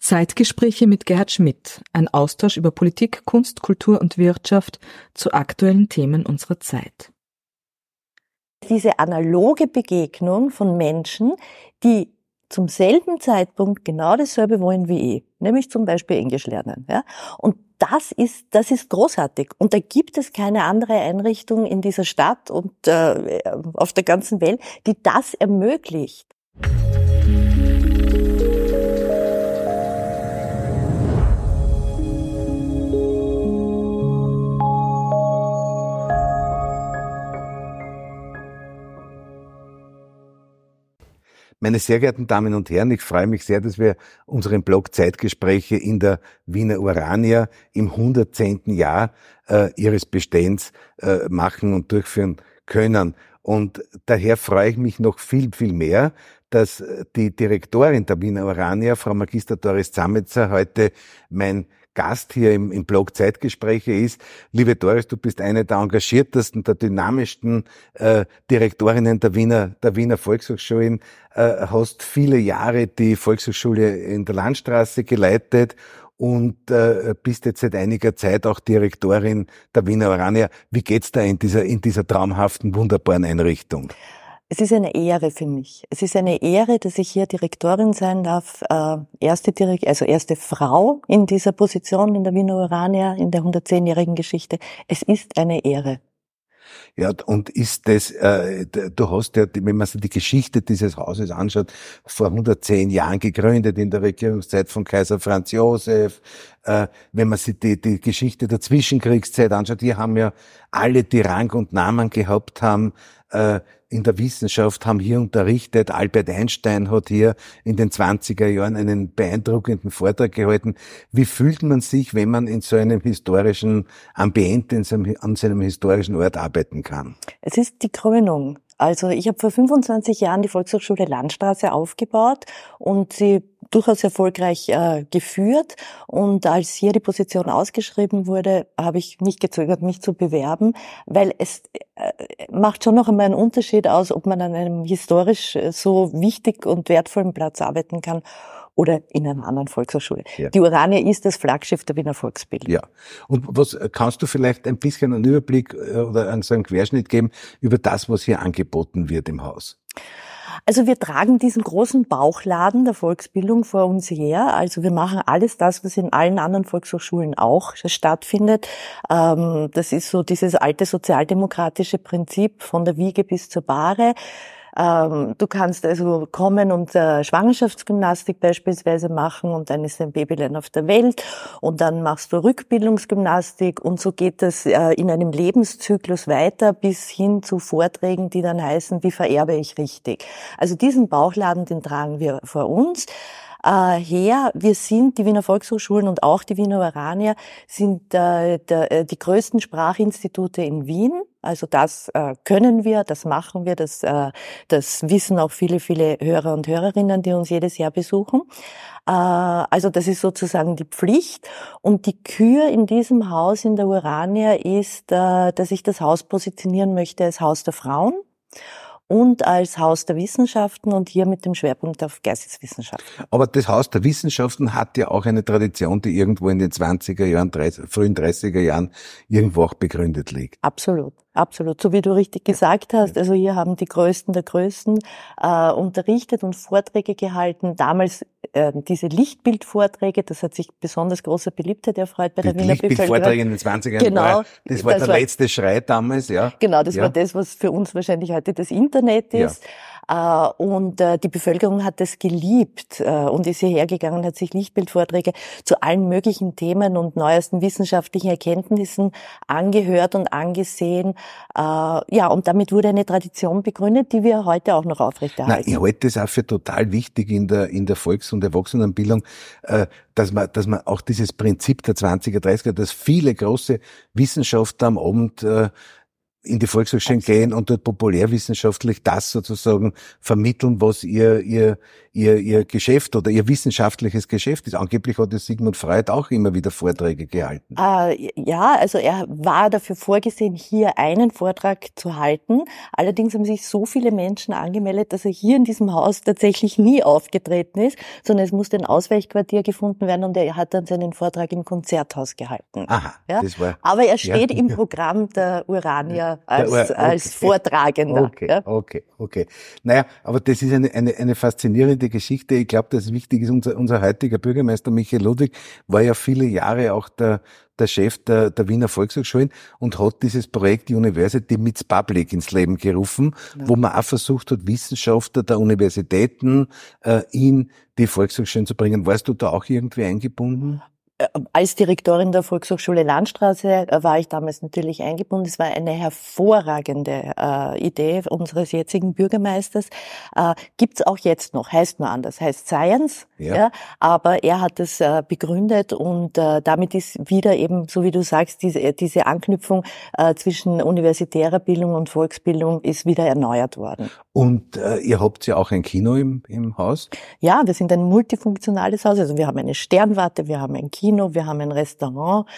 Zeitgespräche mit Gerhard Schmidt, ein Austausch über Politik, Kunst, Kultur und Wirtschaft zu aktuellen Themen unserer Zeit. Diese analoge Begegnung von Menschen, die zum selben Zeitpunkt genau dasselbe wollen wie ich, nämlich zum Beispiel Englisch lernen. Ja? Und das ist großartig. Und da gibt es keine andere Einrichtung in dieser Stadt und auf der ganzen Welt, die das ermöglicht. Meine sehr geehrten Damen und Herren, ich freue mich sehr, dass wir unseren Blog Zeitgespräche in der Wiener Urania im 110. Jahr ihres Bestehens machen und durchführen können. Und daher freue ich mich noch viel, viel mehr, dass die Direktorin der Wiener Urania, Frau Magister Doris Zametzer, heute mein Gast hier im Blog Zeitgespräche ist. Liebe Doris, du bist eine der engagiertesten, der dynamischsten Direktorinnen der Wiener Volkshochschulen, hast viele Jahre die Volkshochschule in der Landstraße geleitet und bist jetzt seit einiger Zeit auch Direktorin der Wiener Urania. Wie geht's da in dieser traumhaften, wunderbaren Einrichtung? Es ist eine Ehre für mich. Es ist eine Ehre, dass ich hier Direktorin sein darf, erste Frau in dieser Position in der Wiener Urania in der 110-jährigen Geschichte. Es ist eine Ehre. Ja, und ist das, du hast ja, wenn man sich die Geschichte dieses Hauses anschaut, vor 110 Jahren gegründet in der Regierungszeit von Kaiser Franz Josef, wenn man sich die Geschichte der Zwischenkriegszeit anschaut, hier haben ja alle, die Rang und Namen gehabt haben, in der Wissenschaft, haben hier unterrichtet. Albert Einstein hat hier in den 20er Jahren einen beeindruckenden Vortrag gehalten. Wie fühlt man sich, wenn man in so einem historischen Ambiente, an so einem historischen Ort arbeiten kann? Es ist die Krönung. Also ich habe vor 25 Jahren die Volkshochschule Landstraße aufgebaut und sie durchaus erfolgreich geführt. Und als hier die Position ausgeschrieben wurde, habe ich nicht gezögert, mich zu bewerben, weil es macht schon noch einmal einen Unterschied aus, ob man an einem historisch so wichtig und wertvollen Platz arbeiten kann oder in einer anderen Volkshochschule. Ja. Die Urania ist das Flaggschiff der Wiener Volksbildung. Ja. Und was kannst du vielleicht ein bisschen einen Überblick oder so einen Querschnitt geben über das, was hier angeboten wird im Haus? Also wir tragen diesen großen Bauchladen der Volksbildung vor uns her. Also wir machen alles das, was in allen anderen Volkshochschulen auch stattfindet. Das ist so dieses alte sozialdemokratische Prinzip von der Wiege bis zur Bahre. Du kannst also kommen und Schwangerschaftsgymnastik beispielsweise machen und dann ist ein Babylein auf der Welt und dann machst du Rückbildungsgymnastik und so geht das in einem Lebenszyklus weiter bis hin zu Vorträgen, die dann heißen, wie vererbe ich richtig. Also diesen Bauchladen, den tragen wir vor uns her. Wir sind, die Wiener Volkshochschulen und auch die Wiener Urania, sind die größten Sprachinstitute in Wien. Also das können wir, das machen wir, das wissen auch viele, viele Hörer und Hörerinnen, die uns jedes Jahr besuchen. Also das ist sozusagen die Pflicht. Und die Kür in diesem Haus in der Urania ist, dass ich das Haus positionieren möchte als Haus der Frauen und als Haus der Wissenschaften und hier mit dem Schwerpunkt auf Geisteswissenschaften. Aber das Haus der Wissenschaften hat ja auch eine Tradition, die irgendwo in den 20er Jahren, frühen 30er Jahren irgendwo auch begründet liegt. Absolut. Absolut, so wie du richtig gesagt hast. Also hier haben die Größten der Größten unterrichtet und Vorträge gehalten. Damals diese Lichtbildvorträge, das hat sich besonders großer Beliebtheit erfreut bei der Wiener Bevölkerung. Lichtbildvorträge in den 20er Jahren, genau, das war der letzte Schrei damals, ja. Genau, das war das, was für uns wahrscheinlich heute das Internet ist. Ja. Und die Bevölkerung hat das geliebt und ist hierher gegangen und hat sich Lichtbildvorträge zu allen möglichen Themen und neuesten wissenschaftlichen Erkenntnissen angehört und angesehen. Ja, und damit wurde eine Tradition begründet, die wir heute auch noch aufrechterhalten. Ich halte das auch für total wichtig in der Volks- und Erwachsenenbildung, dass man auch dieses Prinzip der 20er, 30er, dass viele große Wissenschaftler am Abend in die Volkshochschulen gehen und dort populärwissenschaftlich das sozusagen vermitteln, was ihr Geschäft oder ihr wissenschaftliches Geschäft ist. Angeblich hat Sigmund Freud auch immer wieder Vorträge gehalten. Ja, also er war dafür vorgesehen, hier einen Vortrag zu halten. Allerdings haben sich so viele Menschen angemeldet, dass er hier in diesem Haus tatsächlich nie aufgetreten ist, sondern es musste ein Ausweichquartier gefunden werden und er hat dann seinen Vortrag im Konzerthaus gehalten. Aha, ja? das war... Aber er steht im Programm der Urania als Vortragender. Okay. Naja, aber das ist eine faszinierende Geschichte. Ich glaube, das wichtig ist, unser heutiger Bürgermeister Michael Ludwig war ja viele Jahre auch der Chef der Wiener Volkshochschulen und hat dieses Projekt University Meets Public ins Leben gerufen, wo man auch versucht hat, Wissenschaftler der Universitäten in die Volkshochschulen zu bringen. Warst du da auch irgendwie eingebunden? Als Direktorin der Volkshochschule Landstraße war ich damals natürlich eingebunden. Es war eine hervorragende Idee unseres jetzigen Bürgermeisters. Gibt's auch jetzt noch, heißt nur anders, heißt Science, ja, aber er hat es begründet und damit ist wieder eben, so wie du sagst, diese Anknüpfung zwischen universitärer Bildung und Volksbildung ist wieder erneuert worden. Und ihr habt ja auch ein Kino im Haus? Ja, wir sind ein multifunktionales Haus. Also wir haben eine Sternwarte, wir haben ein Kino, wir haben ein Restaurant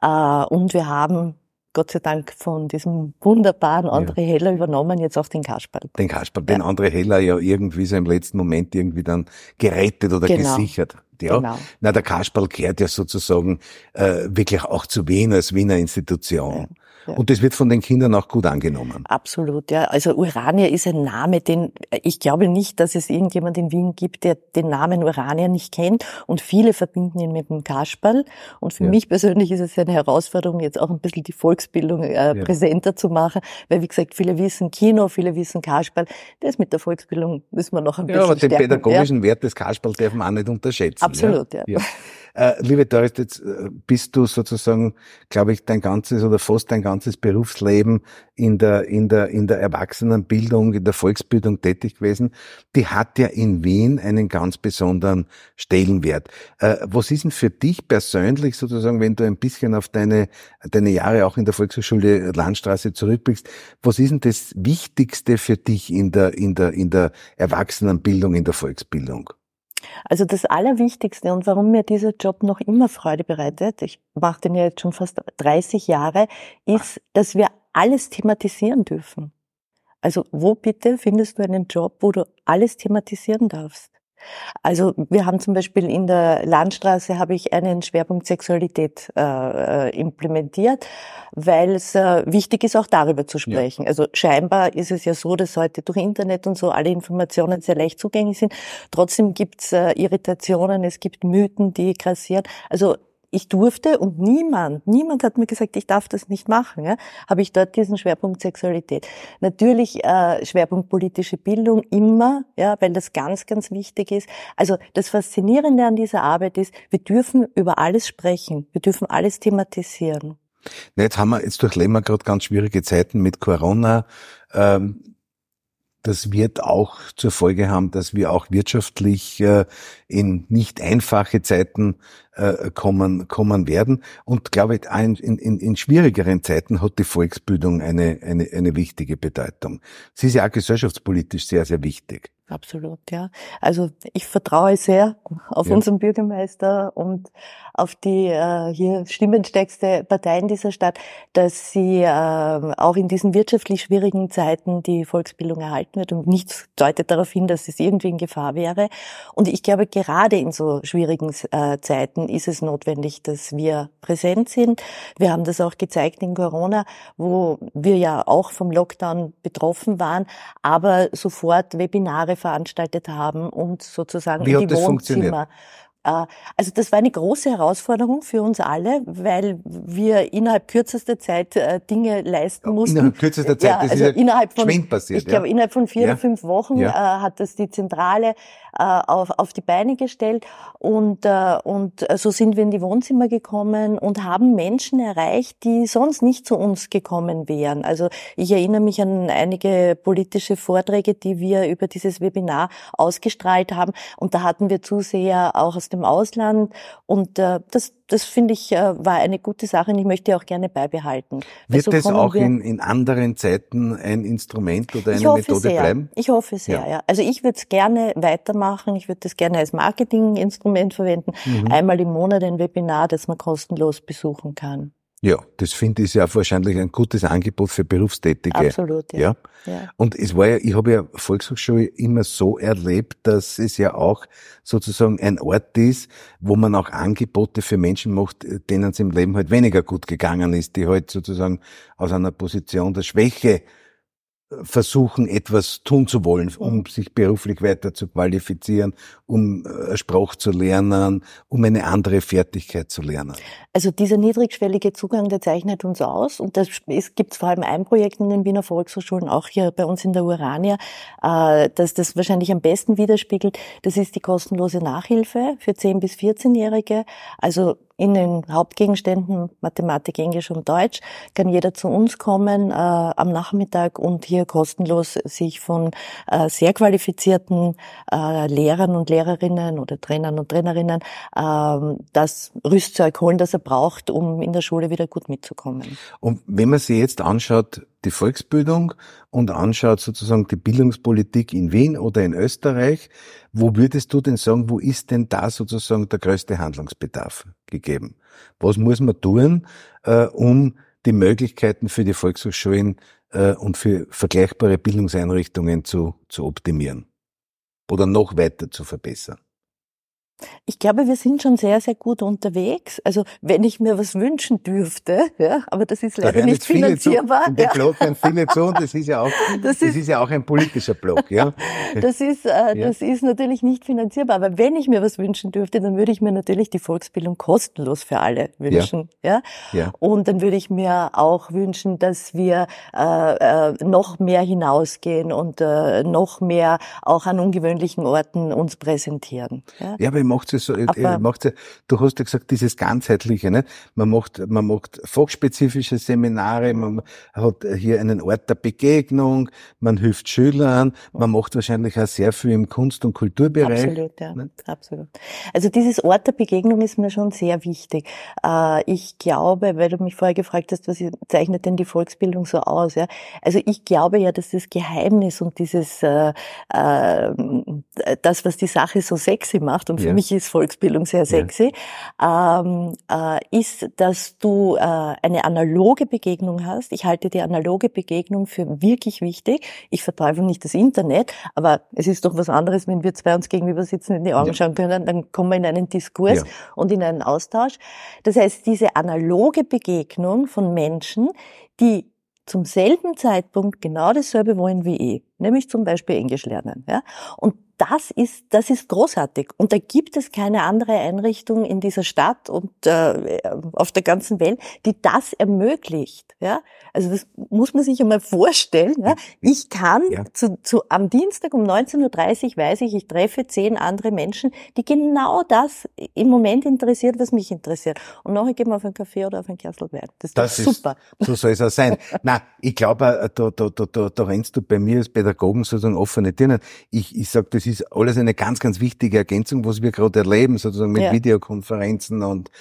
und wir haben, Gott sei Dank, von diesem wunderbaren André Heller übernommen, jetzt auch den Kasperl. Den Kasperl, den André Heller ja irgendwie so im letzten Moment irgendwie dann gerettet oder gesichert. Ja. Genau. Na, der Kasperl gehört ja sozusagen wirklich auch zu Wien als Wiener Institution. Ja. Und das wird von den Kindern auch gut angenommen. Absolut, ja. Also Urania ist ein Name, den ich glaube nicht, dass es irgendjemand in Wien gibt, der den Namen Urania nicht kennt. Und viele verbinden ihn mit dem Kasperl. Und für mich persönlich ist es eine Herausforderung, jetzt auch ein bisschen die Volksbildung präsenter zu machen. Weil, wie gesagt, viele wissen Kino, viele wissen Kasperl. Das mit der Volksbildung müssen wir noch ein bisschen stärken. Ja, aber den pädagogischen Wert des Kasperl darf man auch nicht unterschätzen. Absolut, ja. Liebe Doris, jetzt bist du sozusagen, glaube ich, dein ganzes oder fast dein ganzes Berufsleben in der Erwachsenenbildung, in der Volksbildung tätig gewesen. Die hat ja in Wien einen ganz besonderen Stellenwert. Was ist denn für dich persönlich sozusagen, wenn du ein bisschen auf deine Jahre auch in der Volkshochschule Landstraße zurückblickst, was ist denn das Wichtigste für dich in der Erwachsenenbildung, in der Volksbildung? Also das Allerwichtigste und warum mir dieser Job noch immer Freude bereitet, ich mache den ja jetzt schon fast 30 Jahre, ist, dass wir alles thematisieren dürfen. Also wo bitte findest du einen Job, wo du alles thematisieren darfst? Also wir haben zum Beispiel in der Landstraße habe ich einen Schwerpunkt Sexualität implementiert, weil es wichtig ist, auch darüber zu sprechen. Ja. Also scheinbar ist es ja so, dass heute durch Internet und so alle Informationen sehr leicht zugänglich sind. Trotzdem gibt's Irritationen, es gibt Mythen, die grassieren. Also ich durfte und niemand hat mir gesagt, ich darf das nicht machen, ja, habe ich dort diesen Schwerpunkt Sexualität. Natürlich Schwerpunkt politische Bildung immer, ja, weil das ganz, ganz wichtig ist. Also das Faszinierende an dieser Arbeit ist, wir dürfen über alles sprechen, wir dürfen alles thematisieren. Jetzt durchleben wir gerade ganz schwierige Zeiten mit Corona. Das wird auch zur Folge haben, dass wir auch wirtschaftlich in nicht einfache Zeiten kommen werden. Und glaube ich, in schwierigeren Zeiten hat die Volksbildung eine wichtige Bedeutung. Sie ist ja auch gesellschaftspolitisch sehr, sehr wichtig. Absolut, ja. Also ich vertraue sehr auf unseren Bürgermeister und auf die hier stimmenstärkste Partei in dieser Stadt, dass sie auch in diesen wirtschaftlich schwierigen Zeiten die Volksbildung erhalten wird und nichts deutet darauf hin, dass es irgendwie in Gefahr wäre. Und ich glaube, gerade in so schwierigen Zeiten ist es notwendig, dass wir präsent sind. Wir haben das auch gezeigt in Corona, wo wir ja auch vom Lockdown betroffen waren, aber sofort Webinare veranstaltet haben und sozusagen in die Wohnzimmer. Also das war eine große Herausforderung für uns alle, weil wir innerhalb kürzester Zeit Dinge leisten mussten. Innerhalb kürzester Zeit, das ist ja innerhalb von, geschwind passiert. Ich glaube, innerhalb von 4 oder 5 Wochen hat das die Zentrale auf die Beine gestellt und so sind wir in die Wohnzimmer gekommen und haben Menschen erreicht, die sonst nicht zu uns gekommen wären. Also ich erinnere mich an einige politische Vorträge, die wir über dieses Webinar ausgestrahlt haben und da hatten wir Zuseher auch aus aus dem Ausland. Und das finde ich, war eine gute Sache und ich möchte auch gerne beibehalten. Wird das auch in anderen Zeiten ein Instrument oder eine Methode bleiben? Ich hoffe sehr, ja. Also ich würde es gerne weitermachen. Ich würde das gerne als Marketinginstrument verwenden. Einmal im Monat ein Webinar, das man kostenlos besuchen kann. Ja, das finde ich ja wahrscheinlich ein gutes Angebot für Berufstätige. Absolut, ja. Und es war ja, ich habe ja Volkshochschule immer so erlebt, dass es ja auch sozusagen ein Ort ist, wo man auch Angebote für Menschen macht, denen es im Leben halt weniger gut gegangen ist, die halt sozusagen aus einer Position der Schwäche versuchen, etwas tun zu wollen, um sich beruflich weiter zu qualifizieren, um eine Sprache zu lernen, um eine andere Fertigkeit zu lernen. Also dieser niedrigschwellige Zugang, der zeichnet uns aus. Und es gibt vor allem ein Projekt in den Wiener Volkshochschulen, auch hier bei uns in der Urania, das das wahrscheinlich am besten widerspiegelt. Das ist die kostenlose Nachhilfe für 10- bis 14-Jährige. Also in den Hauptgegenständen Mathematik, Englisch und Deutsch kann jeder zu uns kommen am Nachmittag und hier kostenlos sich von sehr qualifizierten Lehrern und Lehrerinnen oder Trainern und Trainerinnen das Rüstzeug holen, das er braucht, um in der Schule wieder gut mitzukommen. Und wenn man sich jetzt anschaut, die Volksbildung und anschaut sozusagen die Bildungspolitik in Wien oder in Österreich, wo würdest du denn sagen, wo ist denn da sozusagen der größte Handlungsbedarf gegeben? Was muss man tun, um die Möglichkeiten für die Volkshochschulen und für vergleichbare Bildungseinrichtungen zu optimieren oder noch weiter zu verbessern? Ich glaube, wir sind schon sehr, sehr gut unterwegs. Also wenn ich mir was wünschen dürfte, ja, aber das ist leider nicht finanzierbar. In dem Blog hören viele zu und das ist ja auch ein politischer Blog, ja. Das ist natürlich nicht finanzierbar. Aber wenn ich mir was wünschen dürfte, dann würde ich mir natürlich die Volksbildung kostenlos für alle wünschen, ja. Und dann würde ich mir auch wünschen, dass wir noch mehr hinausgehen und noch mehr auch an ungewöhnlichen Orten uns präsentieren. Ja, aber macht's ja so, du hast ja gesagt, dieses Ganzheitliche, ne? Man macht fachspezifische Seminare, man hat hier einen Ort der Begegnung, man hilft Schülern, man macht wahrscheinlich auch sehr viel im Kunst- und Kulturbereich. Absolut, ja, ne? Absolut. Also dieses Ort der Begegnung ist mir schon sehr wichtig. Ich glaube, weil du mich vorher gefragt hast, was zeichnet denn die Volksbildung so aus, ja? Also ich glaube ja, dass das Geheimnis und dieses, das, was die Sache so sexy macht, und für mich ist Volksbildung sehr sexy, ist, dass du eine analoge Begegnung hast. Ich halte die analoge Begegnung für wirklich wichtig. Ich verteufel nicht das Internet, aber es ist doch was anderes, wenn wir zwei uns gegenüber sitzen, in die Augen schauen können, dann kommen wir in einen Diskurs und in einen Austausch. Das heißt, diese analoge Begegnung von Menschen, die zum selben Zeitpunkt genau dasselbe wollen wie ich, nämlich zum Beispiel Englisch lernen, ja. Und das ist großartig. Und da gibt es keine andere Einrichtung in dieser Stadt und auf der ganzen Welt, die das ermöglicht. Ja, also das muss man sich einmal vorstellen. Ja? Ich kann am Dienstag um 19:30 Uhr weiß ich treffe 10 andere Menschen, die genau das im Moment interessiert, was mich interessiert. Und nachher gehen wir auf einen Kaffee oder auf ein Glas Wein. Das ist super. So soll es auch sein. Nein, ich glaube, da rennst du bei mir als Pädagogen sozusagen offene Türen. Ich sage, das ist alles eine ganz, ganz wichtige Ergänzung, was wir gerade erleben, sozusagen mit Videokonferenzen und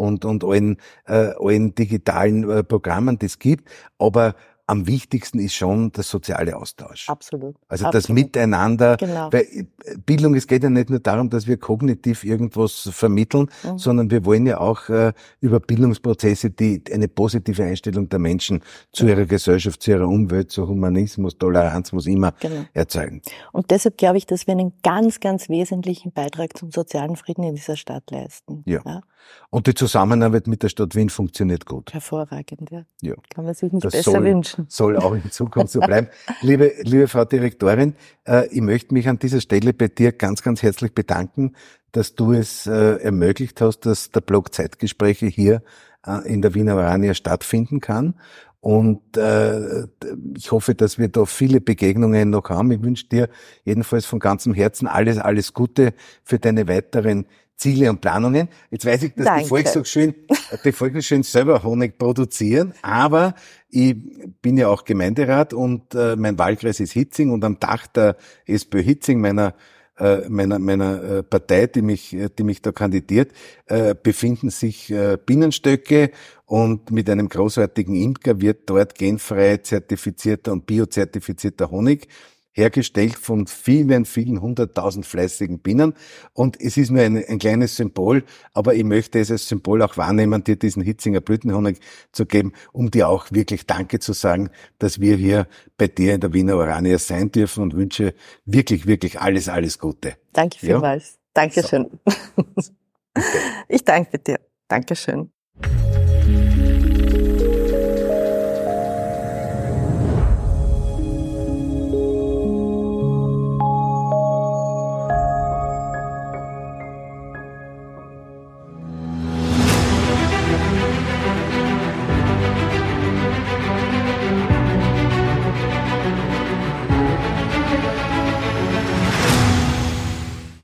allen digitalen Programmen, die es gibt. Aber am wichtigsten ist schon der soziale Austausch. Absolut. Also das Miteinander. Genau. Weil Bildung, es geht ja nicht nur darum, dass wir kognitiv irgendwas vermitteln, sondern wir wollen ja auch über Bildungsprozesse, die eine positive Einstellung der Menschen zu ihrer Gesellschaft, zu ihrer Umwelt, zu Humanismus, Toleranz, was immer erzeugen. Und deshalb glaube ich, dass wir einen ganz, ganz wesentlichen Beitrag zum sozialen Frieden in dieser Stadt leisten. Ja. Und die Zusammenarbeit mit der Stadt Wien funktioniert gut. Hervorragend, ja. Kann man sich nicht besser wünschen. Soll auch in Zukunft so bleiben. Liebe Frau Direktorin, ich möchte mich an dieser Stelle bei dir ganz, ganz herzlich bedanken, dass du es ermöglicht hast, dass der Blog Zeitgespräche hier in der Wiener Urania stattfinden kann. Und ich hoffe, dass wir da viele Begegnungen noch haben. Ich wünsche dir jedenfalls von ganzem Herzen alles Gute für deine weiteren Ziele und Planungen. Jetzt weiß ich, dass die Volkshochschulen selber Honig produzieren, aber ich bin ja auch Gemeinderat und mein Wahlkreis ist Hitzing und am Dach der SPÖ Hitzing, meiner meiner Partei, die mich da kandidiert, befinden sich Bienenstöcke, und mit einem großartigen Imker wird dort genfrei zertifizierter und biozertifizierter Honig hergestellt von vielen, vielen 100.000 fleißigen Bienen. Und es ist nur ein kleines Symbol, aber ich möchte es als Symbol auch wahrnehmen, dir diesen Hitzinger Blütenhonig zu geben, um dir auch wirklich Danke zu sagen, dass wir hier bei dir in der Wiener Urania sein dürfen, und wünsche wirklich, wirklich alles, alles Gute. Danke vielmals. Dankeschön. So. Ich danke dir. Dankeschön.